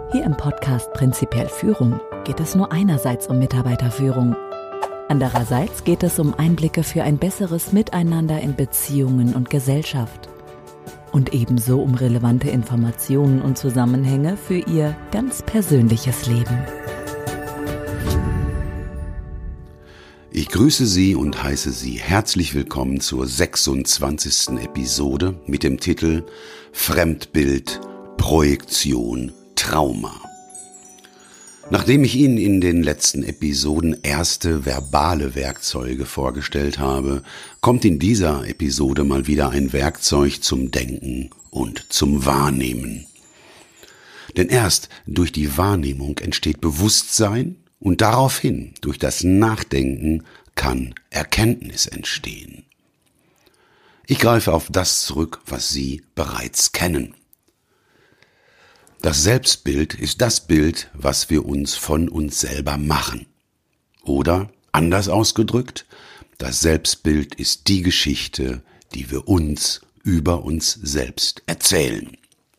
Hier im Podcast Prinzipiell Führung geht es nur einerseits um Mitarbeiterführung. Andererseits geht es um Einblicke für ein besseres Miteinander in Beziehungen und Gesellschaft. Und ebenso um relevante Informationen und Zusammenhänge für Ihr ganz persönliches Leben. Ich grüße Sie und heiße Sie herzlich willkommen zur 26. Episode mit dem Titel Fremdbild, Projektion, Trauma. Nachdem ich Ihnen in den letzten Episoden erste verbale Werkzeuge vorgestellt habe, kommt in dieser Episode mal wieder ein Werkzeug zum Denken und zum Wahrnehmen. Denn erst durch die Wahrnehmung entsteht Bewusstsein und daraufhin, durch das Nachdenken, kann Erkenntnis entstehen. Ich greife auf das zurück, was Sie bereits kennen. Das Selbstbild ist das Bild, was wir uns von uns selber machen. Oder, anders ausgedrückt, das Selbstbild ist die Geschichte, die wir uns über uns selbst erzählen.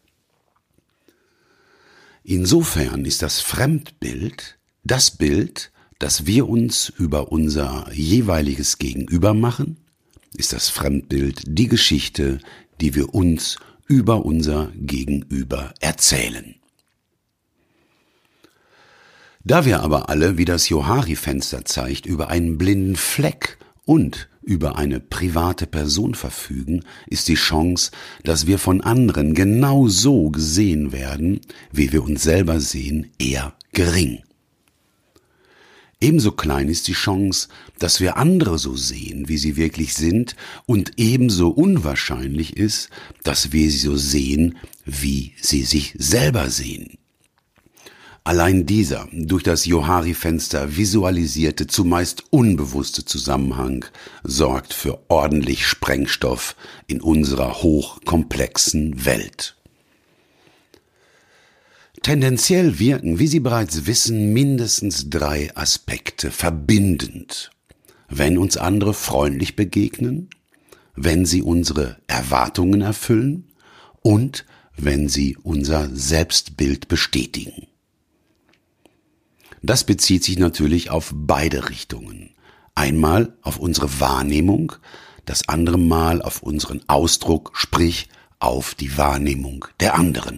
Insofern ist das Fremdbild das Bild, das wir uns über unser jeweiliges Gegenüber machen, ist das Fremdbild die Geschichte, die wir uns über unser Gegenüber erzählen. Da wir aber alle, wie das Johari-Fenster zeigt, über einen blinden Fleck und über eine private Person verfügen, ist die Chance, dass wir von anderen genau so gesehen werden, wie wir uns selber sehen, eher gering. Ebenso klein ist die Chance, dass wir andere so sehen, wie sie wirklich sind, und ebenso unwahrscheinlich ist, dass wir sie so sehen, wie sie sich selber sehen. Allein dieser durch das Johari-Fenster visualisierte, zumeist unbewusste Zusammenhang sorgt für ordentlich Sprengstoff in unserer hochkomplexen Welt. Tendenziell wirken, wie Sie bereits wissen, mindestens 3 Aspekte verbindend. Wenn uns andere freundlich begegnen, wenn sie unsere Erwartungen erfüllen und wenn sie unser Selbstbild bestätigen. Das bezieht sich natürlich auf beide Richtungen. Einmal auf unsere Wahrnehmung, das andere Mal auf unseren Ausdruck, sprich auf die Wahrnehmung der anderen.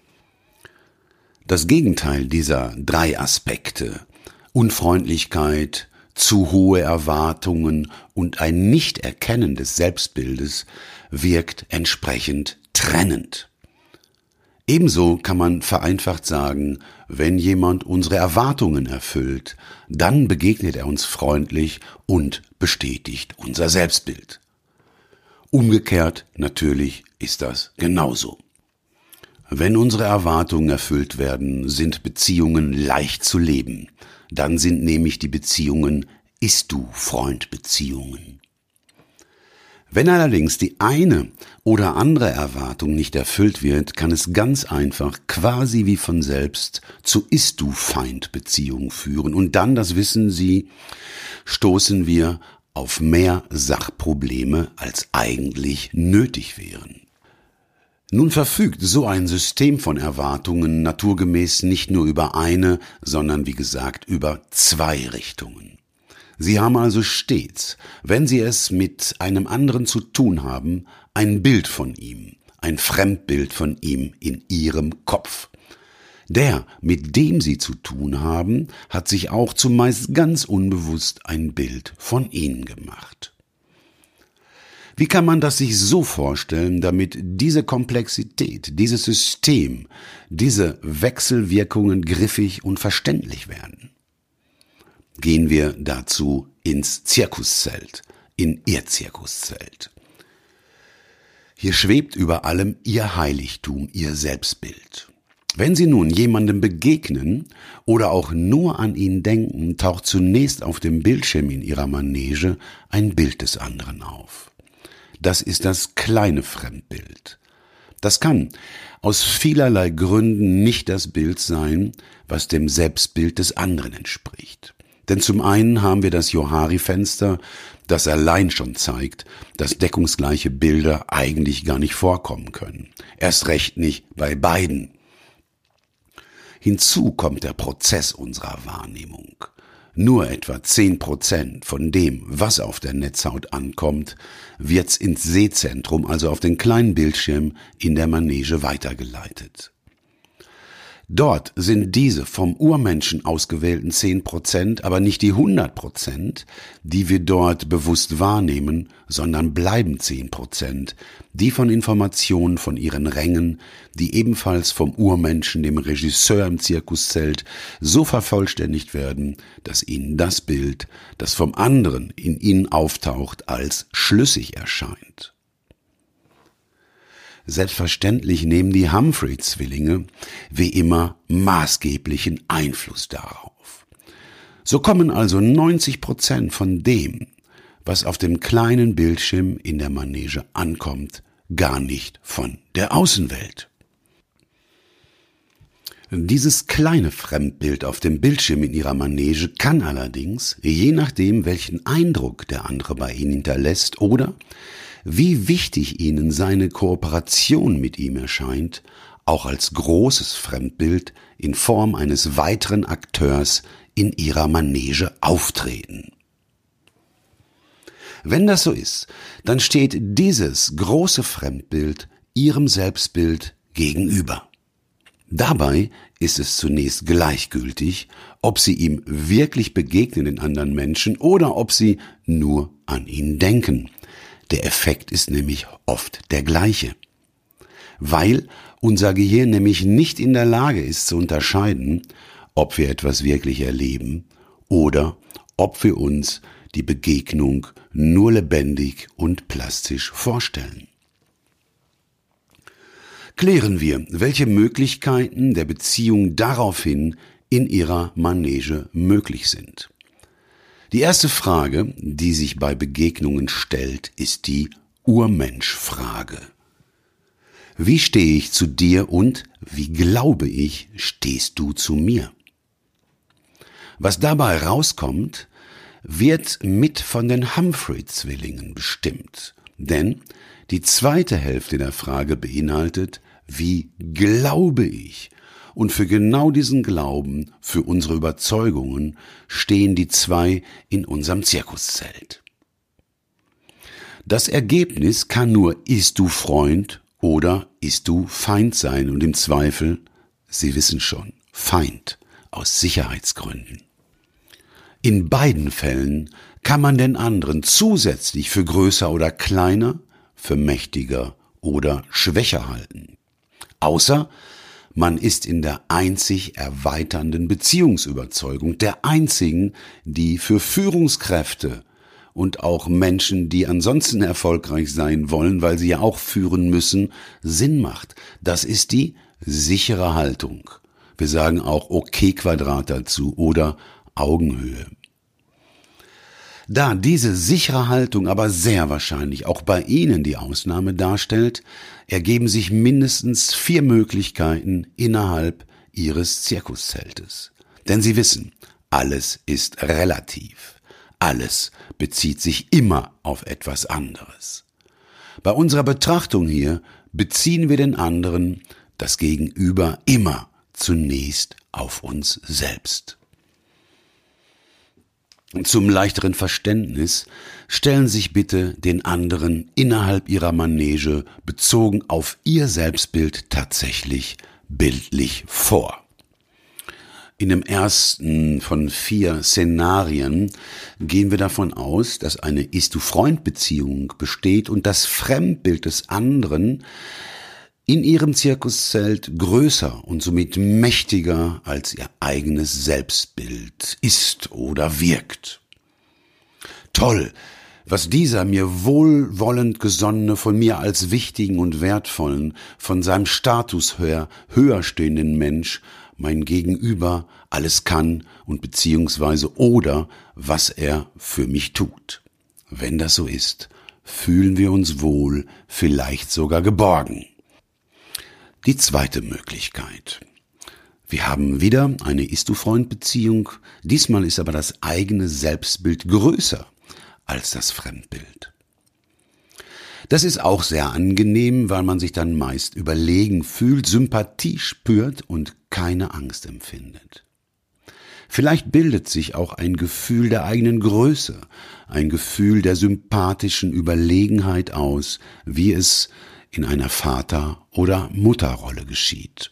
Das Gegenteil dieser 3 Aspekte, Unfreundlichkeit, zu hohe Erwartungen und ein Nichterkennen des Selbstbildes, wirkt entsprechend trennend. Ebenso kann man vereinfacht sagen, wenn jemand unsere Erwartungen erfüllt, dann begegnet er uns freundlich und bestätigt unser Selbstbild. Umgekehrt natürlich ist das genauso. Wenn unsere Erwartungen erfüllt werden, sind Beziehungen leicht zu leben. Dann sind nämlich die Beziehungen Ist-du-Freund-Beziehungen. Wenn allerdings die eine oder andere Erwartung nicht erfüllt wird, kann es ganz einfach, quasi wie von selbst, zu Ist-du-Feind-Beziehungen führen. Und dann, das wissen Sie, stoßen wir auf mehr Sachprobleme, als eigentlich nötig wären. Nun verfügt so ein System von Erwartungen naturgemäß nicht nur über eine, sondern wie gesagt über 2 Richtungen. Sie haben also stets, wenn Sie es mit einem anderen zu tun haben, ein Bild von ihm, ein Fremdbild von ihm in Ihrem Kopf. Der, mit dem Sie zu tun haben, hat sich auch zumeist ganz unbewusst ein Bild von Ihnen gemacht. Wie kann man das sich so vorstellen, damit diese Komplexität, dieses System, diese Wechselwirkungen griffig und verständlich werden? Gehen wir dazu ins Zirkuszelt, in Ihr Zirkuszelt. Hier schwebt über allem Ihr Heiligtum, Ihr Selbstbild. Wenn Sie nun jemandem begegnen oder auch nur an ihn denken, taucht zunächst auf dem Bildschirm in Ihrer Manege ein Bild des anderen auf. Das ist das kleine Fremdbild. Das kann aus vielerlei Gründen nicht das Bild sein, was dem Selbstbild des anderen entspricht. Denn zum einen haben wir das Johari-Fenster, das allein schon zeigt, dass deckungsgleiche Bilder eigentlich gar nicht vorkommen können. Erst recht nicht bei beiden. Hinzu kommt der Prozess unserer Wahrnehmung. Nur etwa 10% von dem, was auf der Netzhaut ankommt, wird's ins Sehzentrum, also auf den kleinen Bildschirm in der Manege weitergeleitet. Dort sind diese vom Urmenschen ausgewählten 10%, aber nicht die 100%, die wir dort bewusst wahrnehmen, sondern bleiben 10%, die von Informationen von ihren Rängen, die ebenfalls vom Urmenschen, dem Regisseur im Zirkuszelt, so vervollständigt werden, dass ihnen das Bild, das vom anderen in ihnen auftaucht, als schlüssig erscheint. Selbstverständlich nehmen die Humphrey-Zwillinge wie immer maßgeblichen Einfluss darauf. So kommen also 90% von dem, was auf dem kleinen Bildschirm in der Manege ankommt, gar nicht von der Außenwelt. Dieses kleine Fremdbild auf dem Bildschirm in ihrer Manege kann allerdings, je nachdem, welchen Eindruck der andere bei ihnen hinterlässt oder wie wichtig ihnen seine Kooperation mit ihm erscheint, auch als großes Fremdbild in Form eines weiteren Akteurs in ihrer Manege auftreten. Wenn das so ist, dann steht dieses große Fremdbild ihrem Selbstbild gegenüber. Dabei ist es zunächst gleichgültig, ob sie ihm wirklich begegnen, den anderen Menschen, oder ob sie nur an ihn denken. Der Effekt ist nämlich oft der gleiche, weil unser Gehirn nämlich nicht in der Lage ist zu unterscheiden, ob wir etwas wirklich erleben oder ob wir uns die Begegnung nur lebendig und plastisch vorstellen. Klären wir, welche Möglichkeiten der Beziehung daraufhin in ihrer Manege möglich sind. Die erste Frage, die sich bei Begegnungen stellt, ist die Urmensch-Frage. Wie stehe ich zu dir und wie glaube ich, stehst du zu mir? Was dabei rauskommt, wird mit von den Humphrey-Zwillingen bestimmt. Denn die zweite Hälfte der Frage beinhaltet, wie glaube ich? Und für genau diesen Glauben, für unsere Überzeugungen, stehen die zwei in unserem Zirkuszelt. Das Ergebnis kann nur ist du Freund oder ist du Feind sein und im Zweifel, Sie wissen schon, Feind aus Sicherheitsgründen. In beiden Fällen kann man den anderen zusätzlich für größer oder kleiner, für mächtiger oder schwächer halten. Außer man ist in der einzig erweiternden Beziehungsüberzeugung, der einzigen, die für Führungskräfte und auch Menschen, die ansonsten erfolgreich sein wollen, weil sie ja auch führen müssen, Sinn macht. Das ist die sichere Haltung. Wir sagen auch OK-Quadrat dazu oder Augenhöhe. Da diese sichere Haltung aber sehr wahrscheinlich auch bei Ihnen die Ausnahme darstellt, ergeben sich mindestens 4 Möglichkeiten innerhalb Ihres Zirkuszeltes. Denn Sie wissen, alles ist relativ. Alles bezieht sich immer auf etwas anderes. Bei unserer Betrachtung hier beziehen wir den anderen, das Gegenüber, immer zunächst auf uns selbst. Zum leichteren Verständnis stellen Sie sich bitte den anderen innerhalb Ihrer Manege bezogen auf Ihr Selbstbild tatsächlich bildlich vor. In dem ersten von 4 Szenarien gehen wir davon aus, dass eine Ist-du-Freund-Beziehung besteht und das Fremdbild des anderen in ihrem Zirkuszelt größer und somit mächtiger als ihr eigenes Selbstbild ist oder wirkt. Toll, was dieser mir wohlwollend gesonnene, von mir als wichtigen und wertvollen, von seinem Status höher stehenden Mensch, mein Gegenüber, alles kann und beziehungsweise oder was er für mich tut. Wenn das so ist, fühlen wir uns wohl, vielleicht sogar geborgen. Die zweite Möglichkeit. Wir haben wieder eine Ist-du-Freund-Beziehung, diesmal ist aber das eigene Selbstbild größer als das Fremdbild. Das ist auch sehr angenehm, weil man sich dann meist überlegen fühlt, Sympathie spürt und keine Angst empfindet. Vielleicht bildet sich auch ein Gefühl der eigenen Größe, ein Gefühl der sympathischen Überlegenheit aus, wie es in einer Vater- oder Mutterrolle geschieht.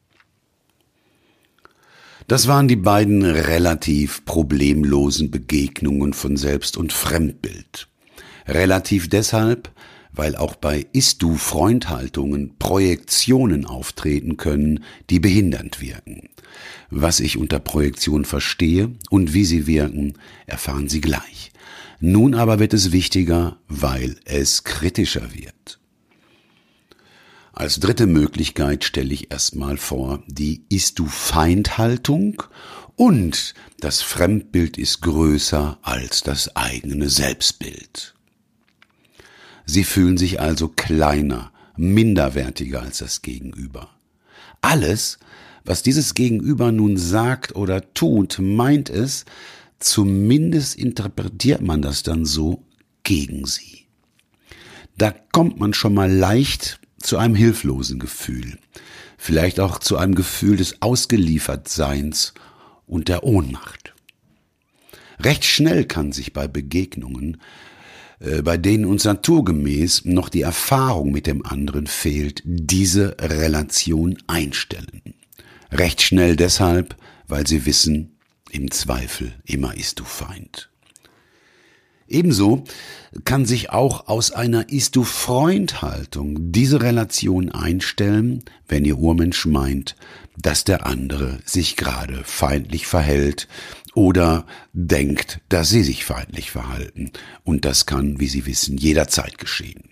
Das waren die beiden relativ problemlosen Begegnungen von Selbst- und Fremdbild. Relativ deshalb, weil auch bei Ist-du-Freund-Haltungen Projektionen auftreten können, die behindernd wirken. Was ich unter Projektion verstehe und wie sie wirken, erfahren Sie gleich. Nun aber wird es wichtiger, weil es kritischer wird. Als dritte Möglichkeit stelle ich erstmal vor, die Ist-du-Feind-Haltung und das Fremdbild ist größer als das eigene Selbstbild. Sie fühlen sich also kleiner, minderwertiger als das Gegenüber. Alles, was dieses Gegenüber nun sagt oder tut, meint es, zumindest interpretiert man das dann so, gegen sie. Da kommt man schon mal leicht zu einem hilflosen Gefühl, vielleicht auch zu einem Gefühl des Ausgeliefertseins und der Ohnmacht. Recht schnell kann sich bei Begegnungen, bei denen uns naturgemäß noch die Erfahrung mit dem anderen fehlt, diese Relation einstellen. Recht schnell deshalb, weil sie wissen, im Zweifel immer ist du Feind. Ebenso kann sich auch aus einer Ist-du-Freund-Haltung diese Relation einstellen, wenn Ihr Urmensch meint, dass der andere sich gerade feindlich verhält oder denkt, dass Sie sich feindlich verhalten. Und das kann, wie Sie wissen, jederzeit geschehen.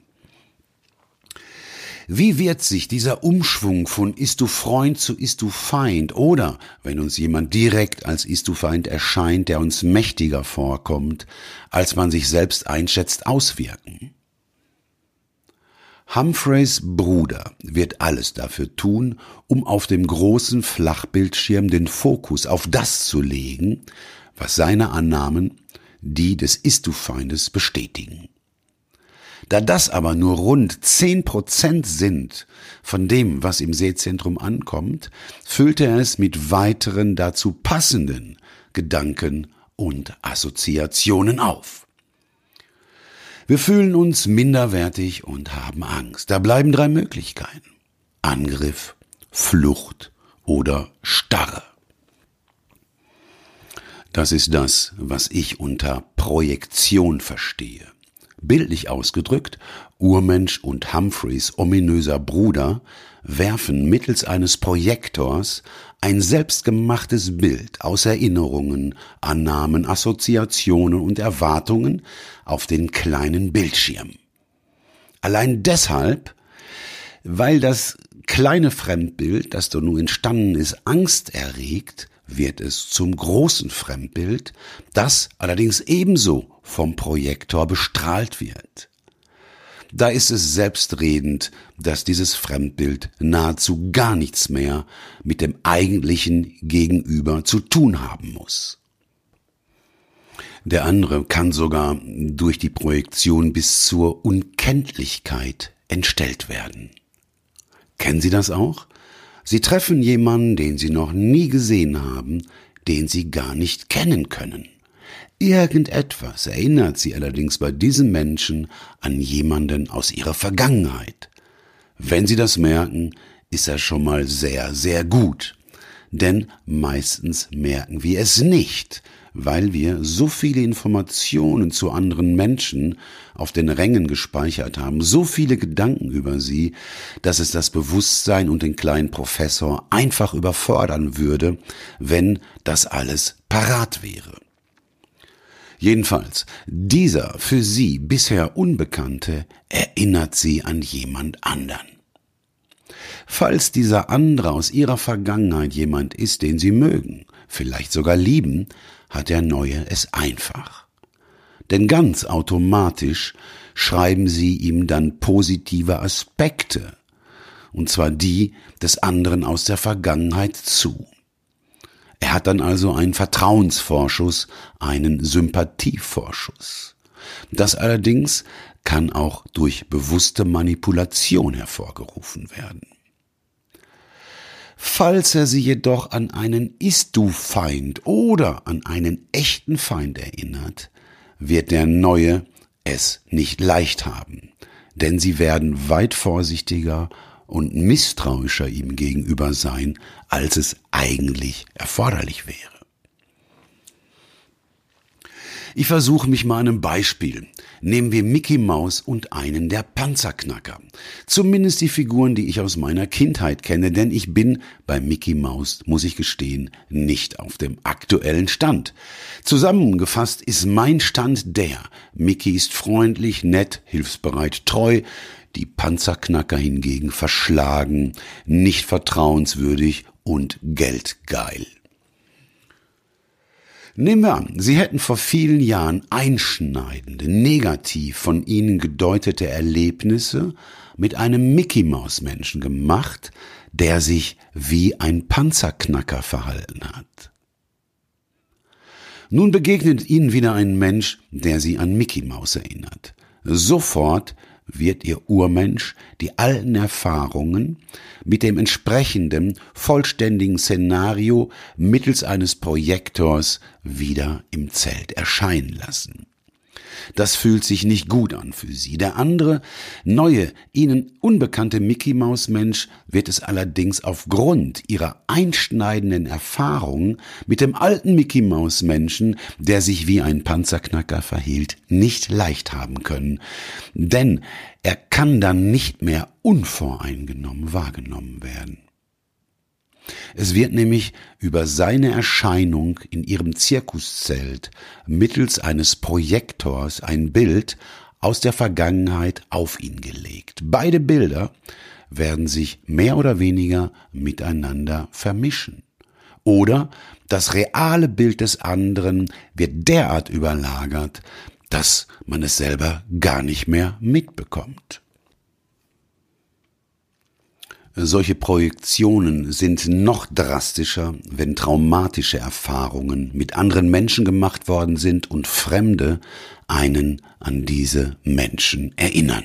Wie wird sich dieser Umschwung von Ist-du-Freund zu Ist-du-Feind oder, wenn uns jemand direkt als Ist-du-Feind erscheint, der uns mächtiger vorkommt, als man sich selbst einschätzt, auswirken? Humphreys Bruder wird alles dafür tun, um auf dem großen Flachbildschirm den Fokus auf das zu legen, was seine Annahmen, die des Ist-du-Feindes, bestätigen. Da das aber nur rund 10% sind von dem, was im Sehzentrum ankommt, füllt er es mit weiteren dazu passenden Gedanken und Assoziationen auf. Wir fühlen uns minderwertig und haben Angst. Da bleiben 3 Möglichkeiten: Angriff, Flucht oder Starre. Das ist das, was ich unter Projektion verstehe. Bildlich ausgedrückt, Urmensch und Humphreys ominöser Bruder werfen mittels eines Projektors ein selbstgemachtes Bild aus Erinnerungen, Annahmen, Assoziationen und Erwartungen auf den kleinen Bildschirm. Allein deshalb, weil das kleine Fremdbild, das da nun entstanden ist, Angst erregt, wird es zum großen Fremdbild, das allerdings ebenso vom Projektor bestrahlt wird. Da ist es selbstredend, dass dieses Fremdbild nahezu gar nichts mehr mit dem eigentlichen Gegenüber zu tun haben muss. Der andere kann sogar durch die Projektion bis zur Unkenntlichkeit entstellt werden. Kennen Sie das auch? Sie treffen jemanden, den Sie noch nie gesehen haben, den Sie gar nicht kennen können. Irgendetwas erinnert Sie allerdings bei diesem Menschen an jemanden aus Ihrer Vergangenheit. Wenn Sie das merken, ist das schon mal sehr, sehr gut. Denn meistens merken wir es nicht, weil wir so viele Informationen zu anderen Menschen auf den Rängen gespeichert haben, so viele Gedanken über sie, dass es das Bewusstsein und den kleinen Professor einfach überfordern würde, wenn das alles parat wäre. Jedenfalls, dieser für Sie bisher Unbekannte erinnert Sie an jemand anderen. Falls dieser andere aus Ihrer Vergangenheit jemand ist, den Sie mögen, vielleicht sogar lieben, hat der Neue es einfach. Denn ganz automatisch schreiben Sie ihm dann positive Aspekte, und zwar die des anderen aus der Vergangenheit zu. Er hat dann also einen Vertrauensvorschuss, einen Sympathievorschuss. Das allerdings kann auch durch bewusste Manipulation hervorgerufen werden. Falls er Sie jedoch an einen Ist-Du-Feind oder an einen echten Feind erinnert, wird der Neue es nicht leicht haben, denn Sie werden weit vorsichtiger und misstrauischer ihm gegenüber sein, als es eigentlich erforderlich wäre. Ich versuche mich mal an einem Beispiel. Nehmen wir Mickey Maus und einen der Panzerknacker. Zumindest die Figuren, die ich aus meiner Kindheit kenne, denn ich bin bei Mickey Maus, muss ich gestehen, nicht auf dem aktuellen Stand. Zusammengefasst ist mein Stand der: Mickey ist freundlich, nett, hilfsbereit, treu, die Panzerknacker hingegen verschlagen, nicht vertrauenswürdig und geldgeil. Nehmen wir an, Sie hätten vor vielen Jahren einschneidende, negativ von Ihnen gedeutete Erlebnisse mit einem Mickey-Maus-Menschen gemacht, der sich wie ein Panzerknacker verhalten hat. Nun begegnet Ihnen wieder ein Mensch, der Sie an Mickey Maus erinnert. Sofort wird Ihr Urmensch die alten Erfahrungen mit dem entsprechenden, vollständigen Szenario mittels eines Projektors wieder im Zelt erscheinen lassen. Das fühlt sich nicht gut an für Sie. Der andere, neue, Ihnen unbekannte Mickey-Maus-Mensch wird es allerdings aufgrund Ihrer einschneidenden Erfahrungen mit dem alten Mickey-Maus-Menschen, der sich wie ein Panzerknacker verhielt, nicht leicht haben können. Denn er kann dann nicht mehr unvoreingenommen wahrgenommen werden. Es wird nämlich über seine Erscheinung in ihrem Zirkuszelt mittels eines Projektors ein Bild aus der Vergangenheit auf ihn gelegt. Beide Bilder werden sich mehr oder weniger miteinander vermischen. Oder das reale Bild des anderen wird derart überlagert, dass man es selber gar nicht mehr mitbekommt. Solche Projektionen sind noch drastischer, wenn traumatische Erfahrungen mit anderen Menschen gemacht worden sind und Fremde einen an diese Menschen erinnern.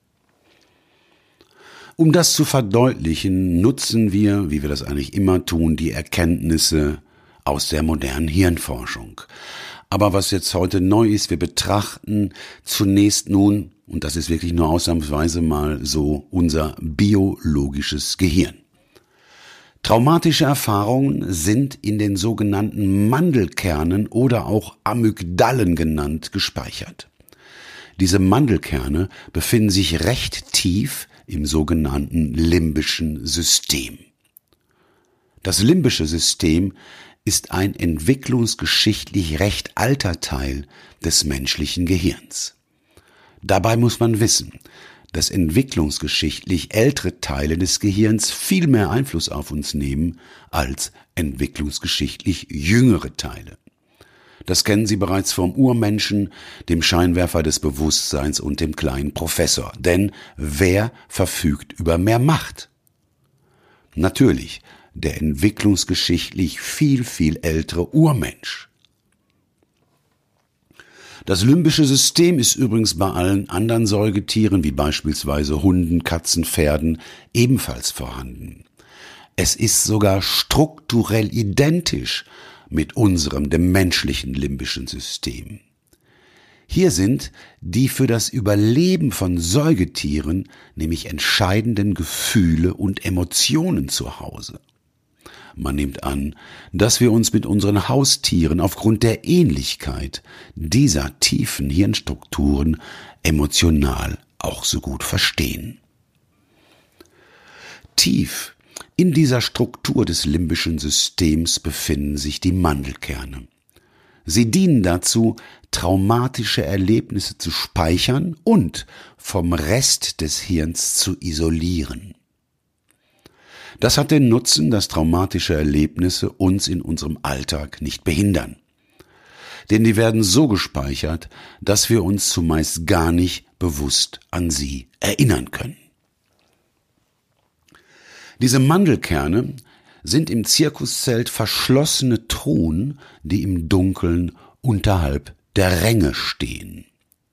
Um das zu verdeutlichen, nutzen wir, wie wir das eigentlich immer tun, die Erkenntnisse aus der modernen Hirnforschung. Aber was jetzt heute neu ist, wir betrachten zunächst nun, und das ist wirklich nur ausnahmsweise mal so, unser biologisches Gehirn. Traumatische Erfahrungen sind in den sogenannten Mandelkernen oder auch Amygdalen genannt gespeichert. Diese Mandelkerne befinden sich recht tief im sogenannten limbischen System. Das limbische System ist ein entwicklungsgeschichtlich recht alter Teil des menschlichen Gehirns. Dabei muss man wissen, dass entwicklungsgeschichtlich ältere Teile des Gehirns viel mehr Einfluss auf uns nehmen als entwicklungsgeschichtlich jüngere Teile. Das kennen Sie bereits vom Urmenschen, dem Scheinwerfer des Bewusstseins und dem kleinen Professor. Denn wer verfügt über mehr Macht? Natürlich der entwicklungsgeschichtlich viel, viel ältere Urmensch. Das limbische System ist übrigens bei allen anderen Säugetieren, wie beispielsweise Hunden, Katzen, Pferden, ebenfalls vorhanden. Es ist sogar strukturell identisch mit unserem, dem menschlichen limbischen System. Hier sind die für das Überleben von Säugetieren nämlich entscheidenden Gefühle und Emotionen zu Hause. Man nimmt an, dass wir uns mit unseren Haustieren aufgrund der Ähnlichkeit dieser tiefen Hirnstrukturen emotional auch so gut verstehen. Tief in dieser Struktur des limbischen Systems befinden sich die Mandelkerne. Sie dienen dazu, traumatische Erlebnisse zu speichern und vom Rest des Hirns zu isolieren. Das hat den Nutzen, dass traumatische Erlebnisse uns in unserem Alltag nicht behindern. Denn die werden so gespeichert, dass wir uns zumeist gar nicht bewusst an sie erinnern können. Diese Mandelkerne sind im Zirkuszelt verschlossene Truhen, die im Dunkeln unterhalb der Ränge stehen.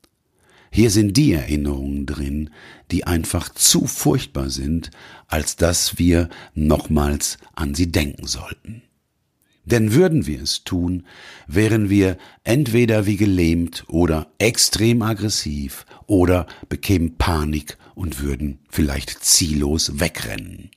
Hier sind die Erinnerungen drin, die einfach zu furchtbar sind, als dass wir nochmals an sie denken sollten. Denn würden wir es tun, wären wir entweder wie gelähmt oder extrem aggressiv oder bekämen Panik und würden vielleicht ziellos wegrennen.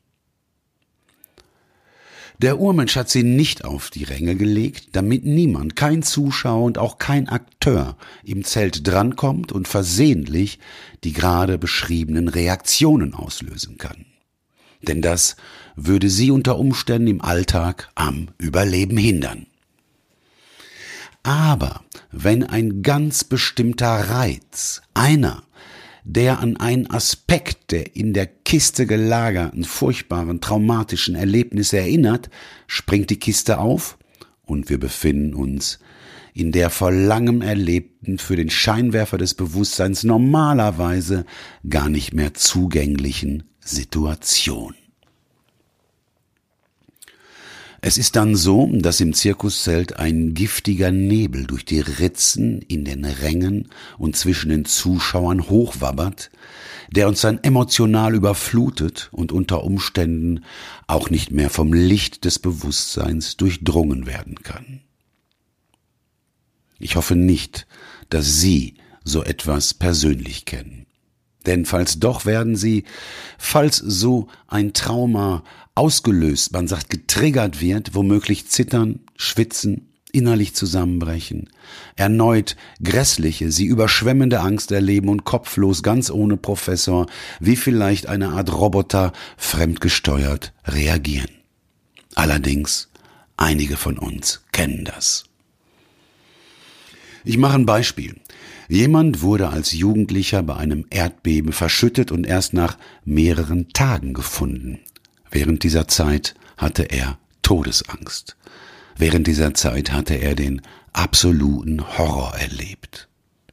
Der Urmensch hat sie nicht auf die Ränge gelegt, damit niemand, kein Zuschauer und auch kein Akteur im Zelt drankommt und versehentlich die gerade beschriebenen Reaktionen auslösen kann. Denn das würde sie unter Umständen im Alltag am Überleben hindern. Aber wenn ein ganz bestimmter Reiz, einer, der an einen Aspekt der in der Kiste gelagerten, furchtbaren, traumatischen Erlebnisse erinnert, springt die Kiste auf und wir befinden uns in der vor langem Erlebten, für den Scheinwerfer des Bewusstseins normalerweise gar nicht mehr zugänglichen Situation. Es ist dann so, dass im Zirkuszelt ein giftiger Nebel durch die Ritzen in den Rängen und zwischen den Zuschauern hochwabbert, der uns dann emotional überflutet und unter Umständen auch nicht mehr vom Licht des Bewusstseins durchdrungen werden kann. Ich hoffe nicht, dass Sie so etwas persönlich kennen. Denn falls doch, werden Sie, falls so ein Trauma ausgelöst, man sagt getriggert wird, womöglich zittern, schwitzen, innerlich zusammenbrechen, erneut grässliche, sie überschwemmende Angst erleben und kopflos, ganz ohne Professor, wie vielleicht eine Art Roboter, fremdgesteuert reagieren. Allerdings, einige von uns kennen das. Ich mache ein Beispiel. Jemand wurde als Jugendlicher bei einem Erdbeben verschüttet und erst nach mehreren Tagen gefunden. Während dieser Zeit hatte er Todesangst. Während dieser Zeit hatte er den absoluten Horror erlebt.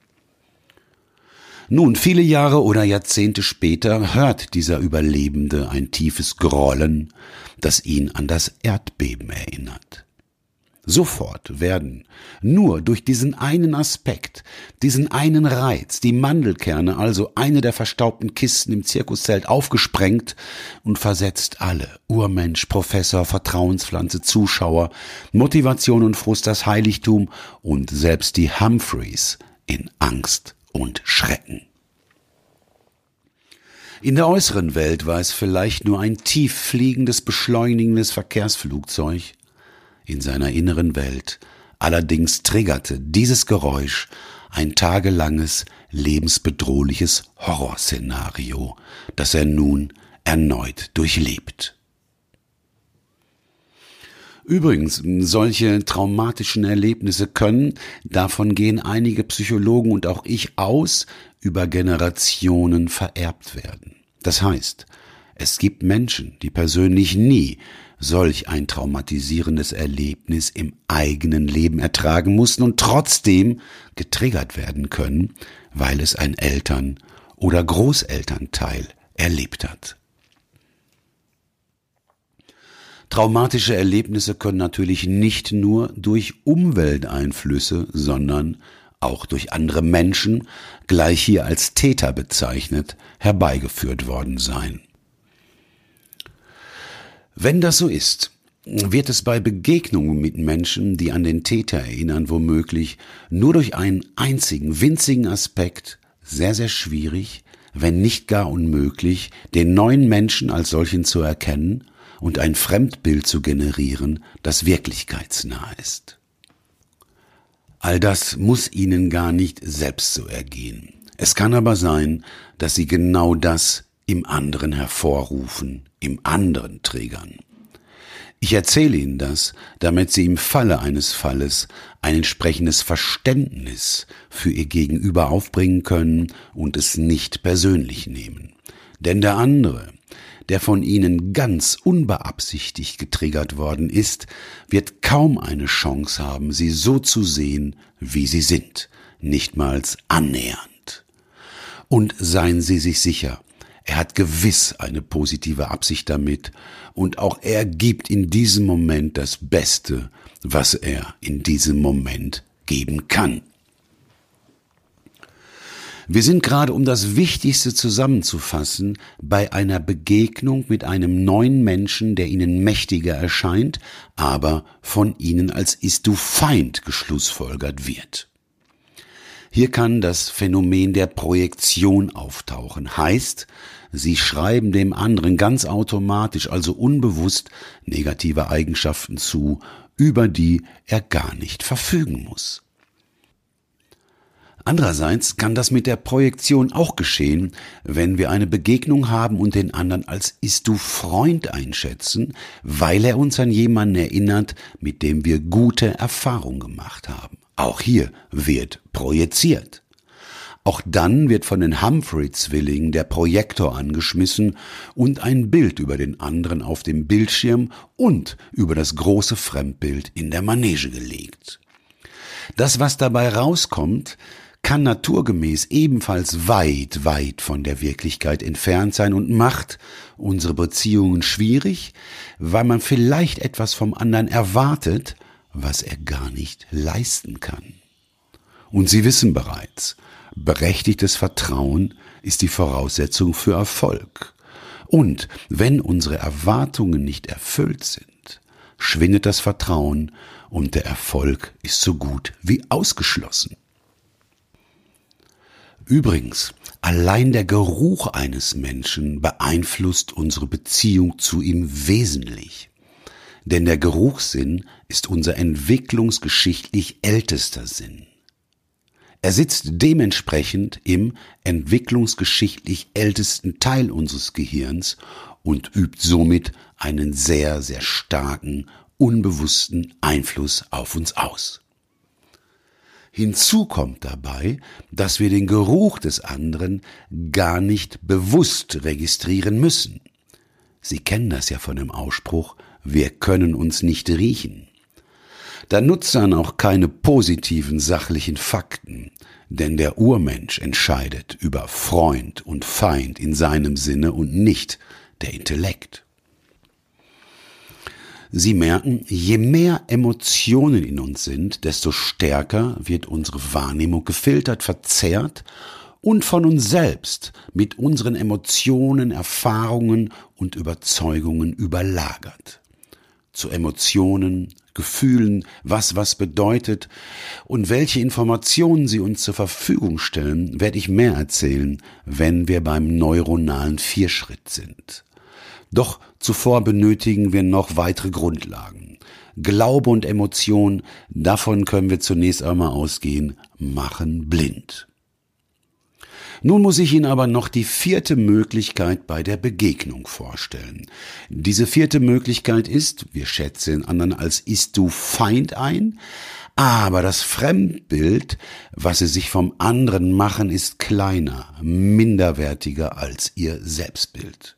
Nun, viele Jahre oder Jahrzehnte später hört dieser Überlebende ein tiefes Grollen, das ihn an das Erdbeben erinnert. Sofort werden nur durch diesen einen Aspekt, diesen einen Reiz, die Mandelkerne, also eine der verstaubten Kisten im Zirkuszelt, aufgesprengt und versetzt alle, Urmensch, Professor, Vertrauenspflanze, Zuschauer, Motivation und Frust, das Heiligtum und selbst die Humphreys in Angst und Schrecken. In der äußeren Welt war es vielleicht nur ein tief fliegendes, beschleunigendes Verkehrsflugzeug. In seiner inneren Welt allerdings triggerte dieses Geräusch ein tagelanges, lebensbedrohliches Horrorszenario, das er nun erneut durchlebt. Übrigens, solche traumatischen Erlebnisse können, davon gehen einige Psychologen und auch ich aus, über Generationen vererbt werden. Das heißt, es gibt Menschen, die persönlich nie solch ein traumatisierendes Erlebnis im eigenen Leben ertragen mussten und trotzdem getriggert werden können, weil es ein Eltern- oder Großelternteil erlebt hat. Traumatische Erlebnisse können natürlich nicht nur durch Umwelteinflüsse, sondern auch durch andere Menschen, gleich hier als Täter bezeichnet, herbeigeführt worden sein. Wenn das so ist, wird es bei Begegnungen mit Menschen, die an den Täter erinnern, womöglich nur durch einen einzigen, winzigen Aspekt sehr, sehr schwierig, wenn nicht gar unmöglich, den neuen Menschen als solchen zu erkennen und ein Fremdbild zu generieren, das wirklichkeitsnah ist. All das muss Ihnen gar nicht selbst so ergehen. Es kann aber sein, dass Sie genau das im anderen hervorrufen, im anderen triggern. Ich erzähle Ihnen das, damit Sie im Falle eines Falles ein entsprechendes Verständnis für Ihr Gegenüber aufbringen können und es nicht persönlich nehmen. Denn der andere, der von Ihnen ganz unbeabsichtigt getriggert worden ist, wird kaum eine Chance haben, Sie so zu sehen, wie Sie sind, nichtmals annähernd. Und seien Sie sich sicher, er hat gewiss eine positive Absicht damit und auch er gibt in diesem Moment das Beste, was er in diesem Moment geben kann. Wir sind gerade, um das Wichtigste zusammenzufassen, bei einer Begegnung mit einem neuen Menschen, der Ihnen mächtiger erscheint, aber von Ihnen als Ist-du-Feind geschlussfolgert wird. Hier kann das Phänomen der Projektion auftauchen. Heißt, Sie schreiben dem anderen ganz automatisch, also unbewusst, negative Eigenschaften zu, über die er gar nicht verfügen muss. Andererseits kann das mit der Projektion auch geschehen, wenn wir eine Begegnung haben und den anderen als Ist-du-Freund einschätzen, weil er uns an jemanden erinnert, mit dem wir gute Erfahrungen gemacht haben. Auch hier wird projiziert. Auch dann wird von den Humphrey-Zwillingen der Projektor angeschmissen und ein Bild über den anderen auf dem Bildschirm und über das große Fremdbild in der Manege gelegt. Das, was dabei rauskommt, kann naturgemäß ebenfalls weit, weit von der Wirklichkeit entfernt sein und macht unsere Beziehungen schwierig, weil man vielleicht etwas vom anderen erwartet, was er gar nicht leisten kann. Und Sie wissen bereits, berechtigtes Vertrauen ist die Voraussetzung für Erfolg. Und wenn unsere Erwartungen nicht erfüllt sind, schwindet das Vertrauen und der Erfolg ist so gut wie ausgeschlossen. Übrigens, allein der Geruch eines Menschen beeinflusst unsere Beziehung zu ihm wesentlich. Denn der Geruchssinn ist unser entwicklungsgeschichtlich ältester Sinn. Er sitzt dementsprechend im entwicklungsgeschichtlich ältesten Teil unseres Gehirns und übt somit einen sehr, sehr starken, unbewussten Einfluss auf uns aus. Hinzu kommt dabei, dass wir den Geruch des anderen gar nicht bewusst registrieren müssen. Sie kennen das ja von dem Ausspruch, wir können uns nicht riechen. Da nutzt dann auch keine positiven sachlichen Fakten, denn der Urmensch entscheidet über Freund und Feind in seinem Sinne und nicht der Intellekt. Sie merken, je mehr Emotionen in uns sind, desto stärker wird unsere Wahrnehmung gefiltert, verzerrt und von uns selbst mit unseren Emotionen, Erfahrungen und Überzeugungen überlagert. Zu Emotionen, Gefühlen, was bedeutet und welche Informationen sie uns zur Verfügung stellen, werde ich mehr erzählen, wenn wir beim neuronalen Vierschritt sind. Doch zuvor benötigen wir noch weitere Grundlagen. Glaube und Emotion, davon können wir zunächst einmal ausgehen, machen blind. Nun muss ich Ihnen aber noch die vierte Möglichkeit bei der Begegnung vorstellen. Diese vierte Möglichkeit ist, wir schätzen den anderen als Ist-du-Feind ein, aber das Fremdbild, was Sie sich vom anderen machen, ist kleiner, minderwertiger als Ihr Selbstbild.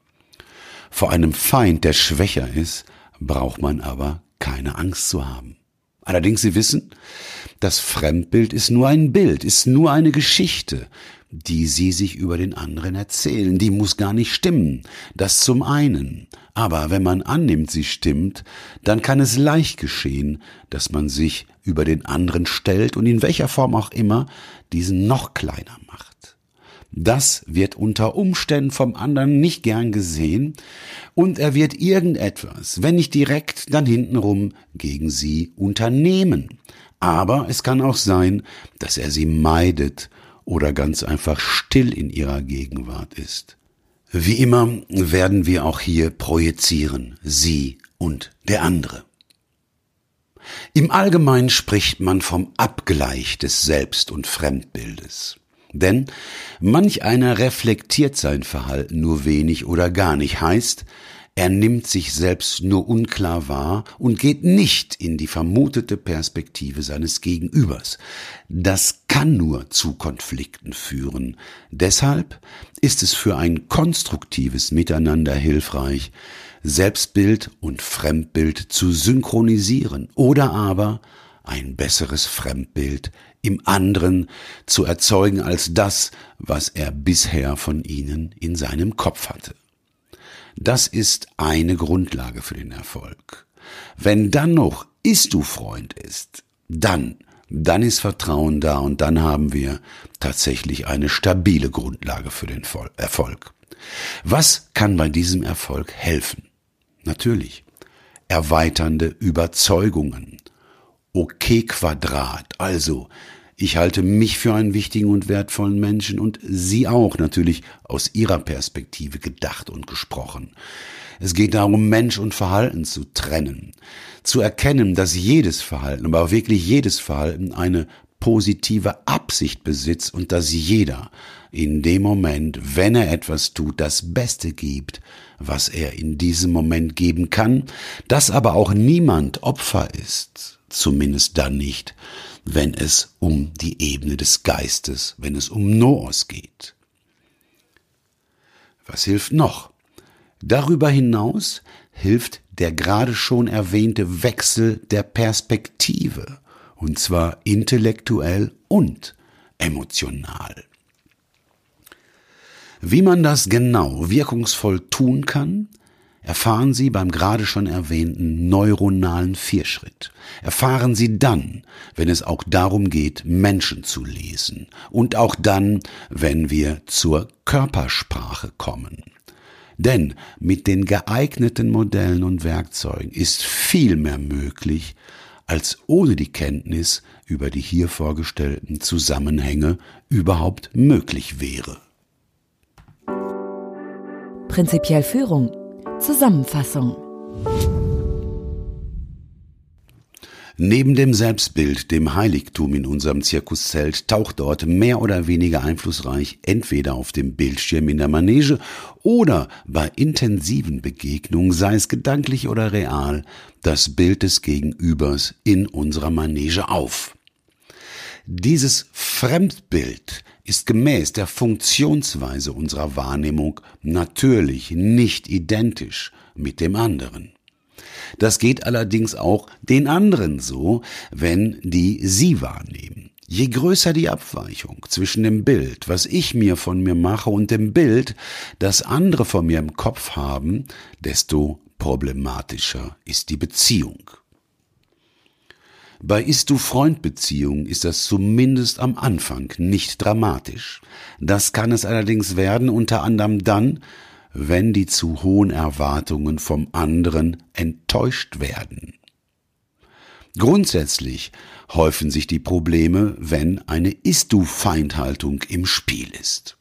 Vor einem Feind, der schwächer ist, braucht man aber keine Angst zu haben. Allerdings, Sie wissen, das Fremdbild ist nur ein Bild, ist nur eine Geschichte, die Sie sich über den anderen erzählen. Die muss gar nicht stimmen, das zum einen. Aber wenn man annimmt, sie stimmt, dann kann es leicht geschehen, dass man sich über den anderen stellt und in welcher Form auch immer diesen noch kleiner macht. Das wird unter Umständen vom anderen nicht gern gesehen und er wird irgendetwas, wenn nicht direkt, dann hintenrum gegen Sie unternehmen. Aber es kann auch sein, dass er Sie meidet oder ganz einfach still in Ihrer Gegenwart ist. Wie immer werden wir auch hier projizieren, Sie und der andere. Im Allgemeinen spricht man vom Abgleich des Selbst- und Fremdbildes. Denn manch einer reflektiert sein Verhalten nur wenig oder gar nicht, heißt, er nimmt sich selbst nur unklar wahr und geht nicht in die vermutete Perspektive seines Gegenübers. Das kann nur zu Konflikten führen. Deshalb ist es für ein konstruktives Miteinander hilfreich, Selbstbild und Fremdbild zu synchronisieren oder aber ein besseres Fremdbild im anderen zu erzeugen als das, was er bisher von Ihnen in seinem Kopf hatte. Das ist eine Grundlage für den Erfolg. Wenn dann noch Ist-du-Freund ist, dann dann ist Vertrauen da und dann haben wir tatsächlich eine stabile Grundlage für den Erfolg. Was kann bei diesem Erfolg helfen? Natürlich erweiternde Überzeugungen. OK-Quadrat, also ich halte mich für einen wichtigen und wertvollen Menschen und Sie auch, natürlich aus Ihrer Perspektive gedacht und gesprochen. Es geht darum, Mensch und Verhalten zu trennen, zu erkennen, dass jedes Verhalten, aber auch wirklich jedes Verhalten eine positive Absicht besitzt und dass jeder in dem Moment, wenn er etwas tut, das Beste gibt, was er in diesem Moment geben kann, dass aber auch niemand Opfer ist, zumindest dann nicht, wenn es um die Ebene des Geistes, wenn es um Noos geht. Was hilft noch? Darüber hinaus hilft der gerade schon erwähnte Wechsel der Perspektive, und zwar intellektuell und emotional. Wie man das genau wirkungsvoll tun kann, erfahren Sie beim gerade schon erwähnten neuronalen Vierschritt. Erfahren Sie dann, wenn es auch darum geht, Menschen zu lesen und auch dann, wenn wir zur Körpersprache kommen. Denn mit den geeigneten Modellen und Werkzeugen ist viel mehr möglich, als ohne die Kenntnis über die hier vorgestellten Zusammenhänge überhaupt möglich wäre. Prinzipiell Führung. Zusammenfassung. Neben dem Selbstbild, dem Heiligtum in unserem Zirkuszelt, taucht dort mehr oder weniger einflussreich entweder auf dem Bildschirm in der Manege oder bei intensiven Begegnungen, sei es gedanklich oder real, das Bild des Gegenübers in unserer Manege auf. Dieses Fremdbild ist gemäß der Funktionsweise unserer Wahrnehmung natürlich nicht identisch mit dem anderen. Das geht allerdings auch den anderen so, wenn die sie wahrnehmen. Je größer die Abweichung zwischen dem Bild, was ich mir von mir mache, und dem Bild, das andere von mir im Kopf haben, desto problematischer ist die Beziehung. Bei Ist-du-Freund-Beziehungen ist das zumindest am Anfang nicht dramatisch. Das kann es allerdings werden, unter anderem dann, wenn die zu hohen Erwartungen vom anderen enttäuscht werden. Grundsätzlich häufen sich die Probleme, wenn eine Ist-du-Feindhaltung im Spiel ist.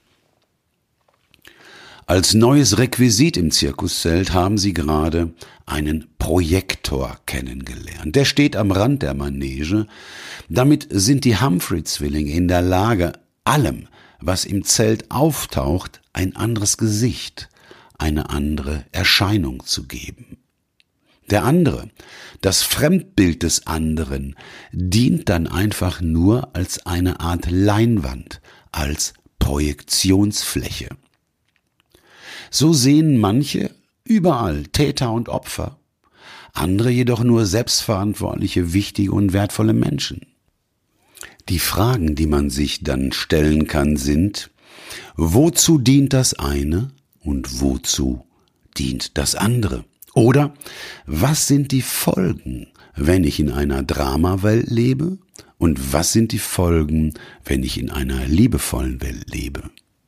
Als neues Requisit im Zirkuszelt haben Sie gerade einen Projektor kennengelernt. Der steht am Rand der Manege. Damit sind die Humphrey-Zwillinge in der Lage, allem, was im Zelt auftaucht, ein anderes Gesicht, eine andere Erscheinung zu geben. Der andere, das Fremdbild des anderen, dient dann einfach nur als eine Art Leinwand, als Projektionsfläche. So sehen manche überall Täter und Opfer, andere jedoch nur selbstverantwortliche, wichtige und wertvolle Menschen. Die Fragen, die man sich dann stellen kann, sind: Wozu dient das eine und wozu dient das andere? Oder was sind die Folgen, wenn ich in einer Dramawelt lebe, und was sind die Folgen, wenn ich in einer liebevollen Welt lebe?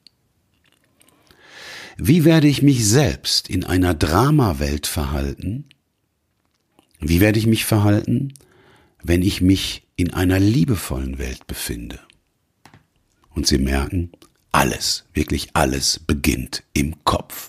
Wie werde ich mich selbst in einer Dramawelt verhalten? Wie werde ich mich verhalten, wenn ich mich in einer liebevollen Welt befinde? Und Sie merken, alles, wirklich alles beginnt im Kopf.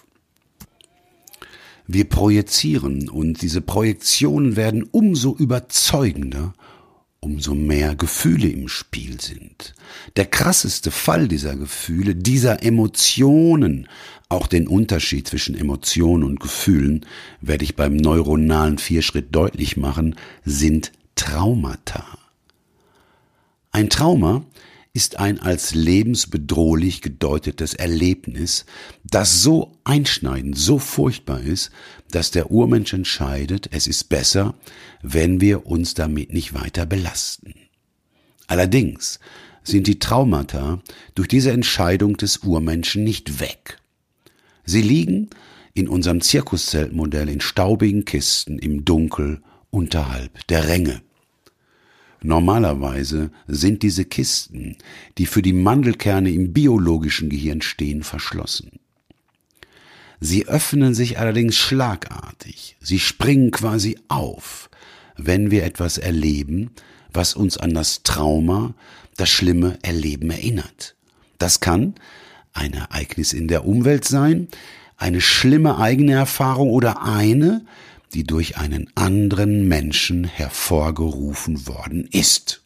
Wir projizieren und diese Projektionen werden umso überzeugender, umso mehr Gefühle im Spiel sind. Der krasseste Fall dieser Gefühle, dieser Emotionen, auch den Unterschied zwischen Emotionen und Gefühlen, werde ich beim neuronalen Vierschritt deutlich machen, sind Traumata. Ein Trauma ist ein als lebensbedrohlich gedeutetes Erlebnis, das so einschneidend, so furchtbar ist, dass der Urmensch entscheidet, es ist besser, wenn wir uns damit nicht weiter belasten. Allerdings sind die Traumata durch diese Entscheidung des Urmenschen nicht weg. Sie liegen in unserem Zirkuszeltmodell in staubigen Kisten im Dunkel unterhalb der Ränge. Normalerweise sind diese Kisten, die für die Mandelkerne im biologischen Gehirn stehen, verschlossen. Sie öffnen sich allerdings schlagartig. Sie springen quasi auf, wenn wir etwas erleben, was uns an das Trauma, das schlimme Erleben erinnert. Das kann ein Ereignis in der Umwelt sein, eine schlimme eigene Erfahrung oder eine, die durch einen anderen Menschen hervorgerufen worden ist.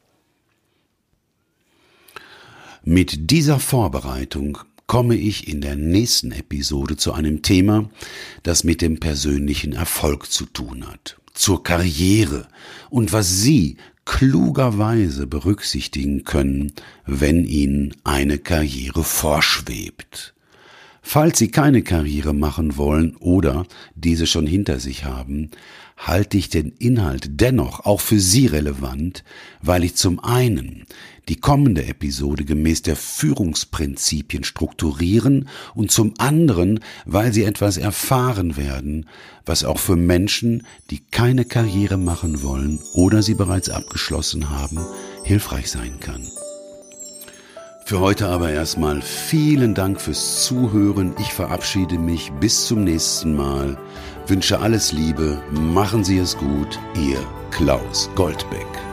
Mit dieser Vorbereitung komme ich in der nächsten Episode zu einem Thema, das mit dem persönlichen Erfolg zu tun hat, zur Karriere und was Sie klugerweise berücksichtigen können, wenn Ihnen eine Karriere vorschwebt. Falls Sie keine Karriere machen wollen oder diese schon hinter sich haben, halte ich den Inhalt dennoch auch für Sie relevant, weil ich zum einen die kommende Episode gemäß der Führungsprinzipien strukturieren und zum anderen, weil Sie etwas erfahren werden, was auch für Menschen, die keine Karriere machen wollen oder sie bereits abgeschlossen haben, hilfreich sein kann. Für heute aber erstmal vielen Dank fürs Zuhören. Ich verabschiede mich bis zum nächsten Mal. Wünsche alles Liebe, machen Sie es gut, Ihr Klaus Goldbeck.